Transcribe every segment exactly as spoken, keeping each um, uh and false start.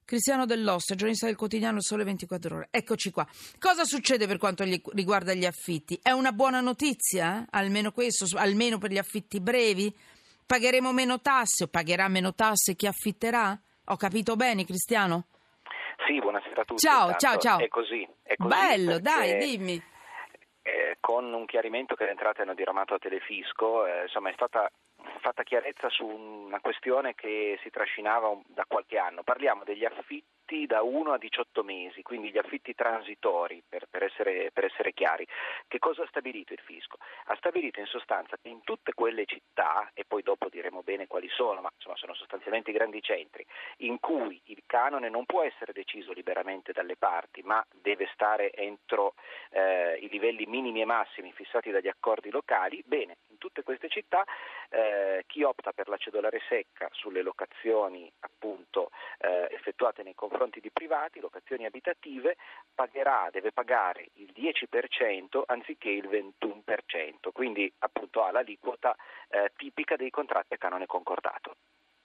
Cristiano Dell'Osso, giornalista del quotidiano Sole ventiquattro Ore. Eccoci qua. Cosa succede per quanto gli- riguarda gli affitti? È una buona notizia? Eh? Almeno questo, almeno per gli affitti brevi? Pagheremo meno tasse o pagherà meno tasse chi affitterà? Ho capito bene, Cristiano? Sì, buonasera a tutti. Ciao, intanto. ciao, ciao. È così, è così. Bello, perché, dai, dimmi. Eh, con un chiarimento che le entrate hanno diramato a Telefisco, eh, insomma è stata fatta chiarezza su una questione che si trascinava un, da qualche anno. Parliamo degli affitti da uno a diciotto mesi, quindi gli affitti transitori, per, per, essere, per essere chiari. Che cosa ha stabilito il fisco? Ha stabilito in sostanza che in tutte quelle città, e poi dopo diremo bene quali sono, ma insomma sono sostanzialmente i grandi centri, in cui il canone non può essere deciso liberamente dalle parti, ma deve stare entro eh, i livelli minimi e massimi fissati dagli accordi locali, bene, in tutte queste città eh, chi opta per la cedolare secca sulle locazioni appunto eh, effettuate nei confronti di privati, locazioni abitative, pagherà, deve pagare il dieci per cento anziché il ventuno per cento, quindi appunto ha l'aliquota eh, tipica dei contratti a canone concordato.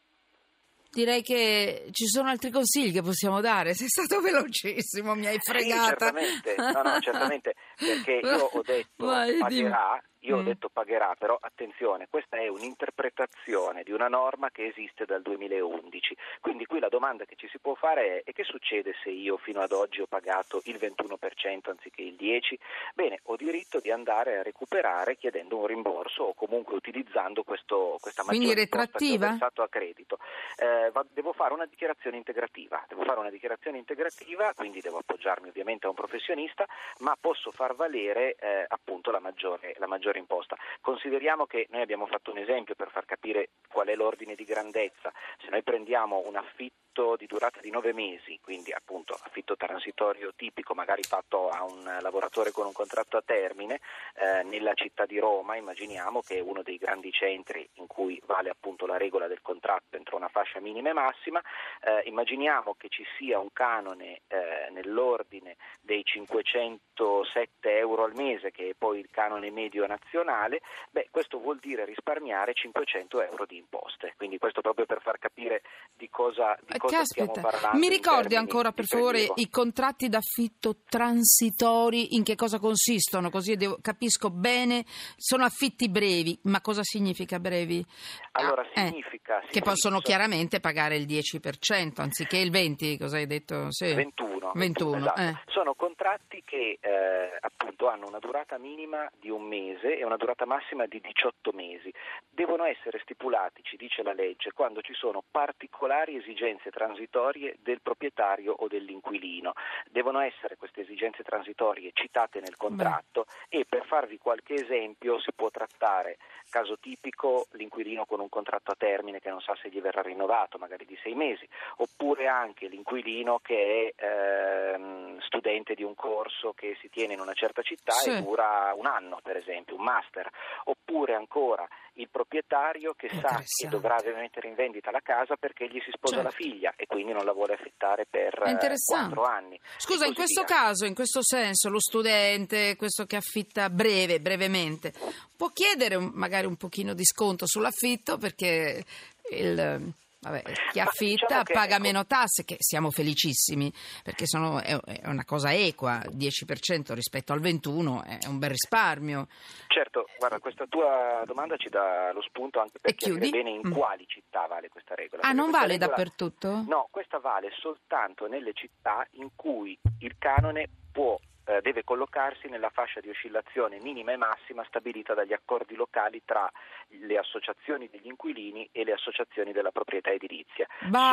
Direi che ci sono altri consigli che possiamo dare. Sei stato velocissimo, mi hai fregata. Sì, certamente, no, no, certamente, perché io ho detto Vai, pagherà, io mm. ho detto pagherà, però attenzione, questa è un'interpretazione di una norma che esiste dal duemilaundici, quindi qui la domanda che ci si può fare è: e che succede se io fino ad oggi ho pagato il ventuno per cento anziché il dieci per cento? Bene, ho diritto di andare a recuperare chiedendo un rimborso o comunque utilizzando questo, questa maggiore imposta che ho versato a credito. Eh, va, devo fare una dichiarazione integrativa, devo fare una dichiarazione integrativa, quindi devo appoggiarmi ovviamente a un professionista, ma posso far valere eh, appunto la maggiore, la maggiore imposta. Consideriamo che noi abbiamo fatto un esempio per far capire qual è l'ordine di grandezza. Se noi prendiamo un affitto di durata di nove mesi, quindi appunto affitto transitorio tipico, magari fatto a un lavoratore con un contratto a termine, eh, nella città di Roma, immaginiamo che è uno dei grandi centri in cui vale appunto la regola del contratto entro una fascia minima e massima, eh, immaginiamo che ci sia un canone eh, nell'ordine dei cinquecentosette euro al mese, che è poi il canone medio nazionale. Beh, questo vuol dire risparmiare cinquecento euro di imposte, quindi questo proprio per far capire di cosa, di cosa Caspita. stiamo parlando. Mi ricordi ancora per favore prelievo. i contratti d'affitto transitori, in che cosa consistono, così devo, capisco bene. Sono affitti brevi, ma cosa significa brevi? Allora ah, significa, eh, sì, che possono sì, chiaramente pagare il dieci per cento anziché il venti per cento, cosa hai detto? Sì. ventuno, ventuno, esatto. eh. Sono contratti che eh, appunto hanno una durata minima di un mese e una durata massima di diciotto mesi. Devono essere stipulati, ci dice la legge, quando ci sono particolari esigenze transitorie del proprietario o dell'inquilino. Devono essere queste esigenze transitorie citate nel contratto. Beh. E per farvi qualche esempio si può trattare, caso tipico, l'inquilino con un contratto a termine che non sa se gli verrà rinnovato, magari di sei mesi, oppure anche l'inquilino che è ehm, studente di un corso che si tiene in una certa città sì. e dura un anno, per esempio, un master, oppure ancora il proprietario che sa che dovrà mettere in vendita la casa perché gli si sposa certo. la figlia e quindi non la vuole affittare per quattro anni. Scusa, in questo via. caso, in questo senso, lo studente, questo che affitta breve, brevemente, può chiedere un, magari un pochino di sconto sull'affitto perché il... Vabbè, chi affitta diciamo che, paga ecco, meno tasse, che siamo felicissimi perché sono, è, è una cosa equa, dieci per cento rispetto al ventuno è un bel risparmio. Certo, guarda, questa tua domanda ci dà lo spunto anche per chiarire bene in mm. quali città vale questa regola. Ah, non vale regola, dappertutto? No, questa vale soltanto nelle città in cui il canone può deve collocarsi nella fascia di oscillazione minima e massima stabilita dagli accordi locali tra le associazioni degli inquilini e le associazioni della proprietà edilizia.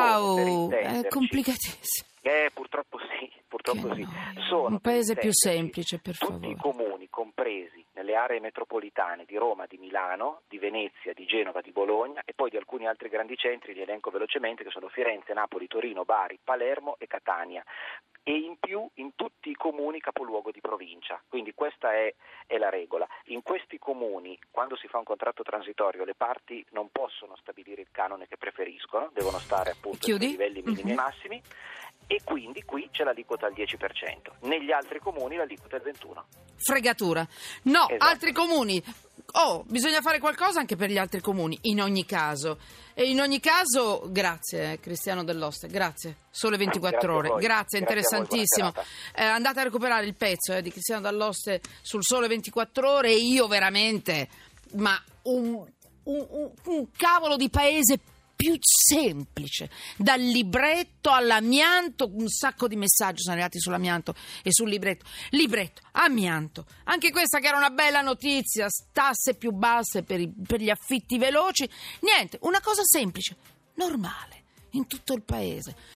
Wow, è complicatissimo. Eh, purtroppo sì, purtroppo sì. No. Sono, un paese più semplice, per tutti favore. Tutti i comuni compresi nelle aree metropolitane di Roma, di Milano, di Venezia, di Genova, di Bologna e poi di alcuni altri grandi centri, li elenco velocemente, che sono Firenze, Napoli, Torino, Bari, Palermo e Catania. E in più in tutti i comuni capoluogo di provincia, quindi questa è, è la regola. In questi comuni, quando si fa un contratto transitorio, le parti non possono stabilire il canone che preferiscono, devono stare appunto ai livelli minimi e mm-hmm. massimi, e quindi qui c'è l'aliquota al dieci per cento, negli altri comuni l'aliquota è il ventuno per cento. Fregatura. No, esatto. Altri comuni oh, bisogna fare qualcosa anche per gli altri comuni, in ogni caso. E in ogni caso, grazie eh, Cristiano Dell'Oste, grazie. Sole ventiquattro ore, grazie, grazie interessantissimo. Eh, andate a recuperare il pezzo eh, di Cristiano Dell'Oste sul Sole ventiquattro ore e io veramente, ma un, un, un, un cavolo di paese più semplice, dal libretto all'amianto, un sacco di messaggi sono arrivati sull'amianto e sul libretto. Libretto, amianto, anche questa che era una bella notizia, tasse più basse per, i, per gli affitti veloci, niente, una cosa semplice, normale, in tutto il paese.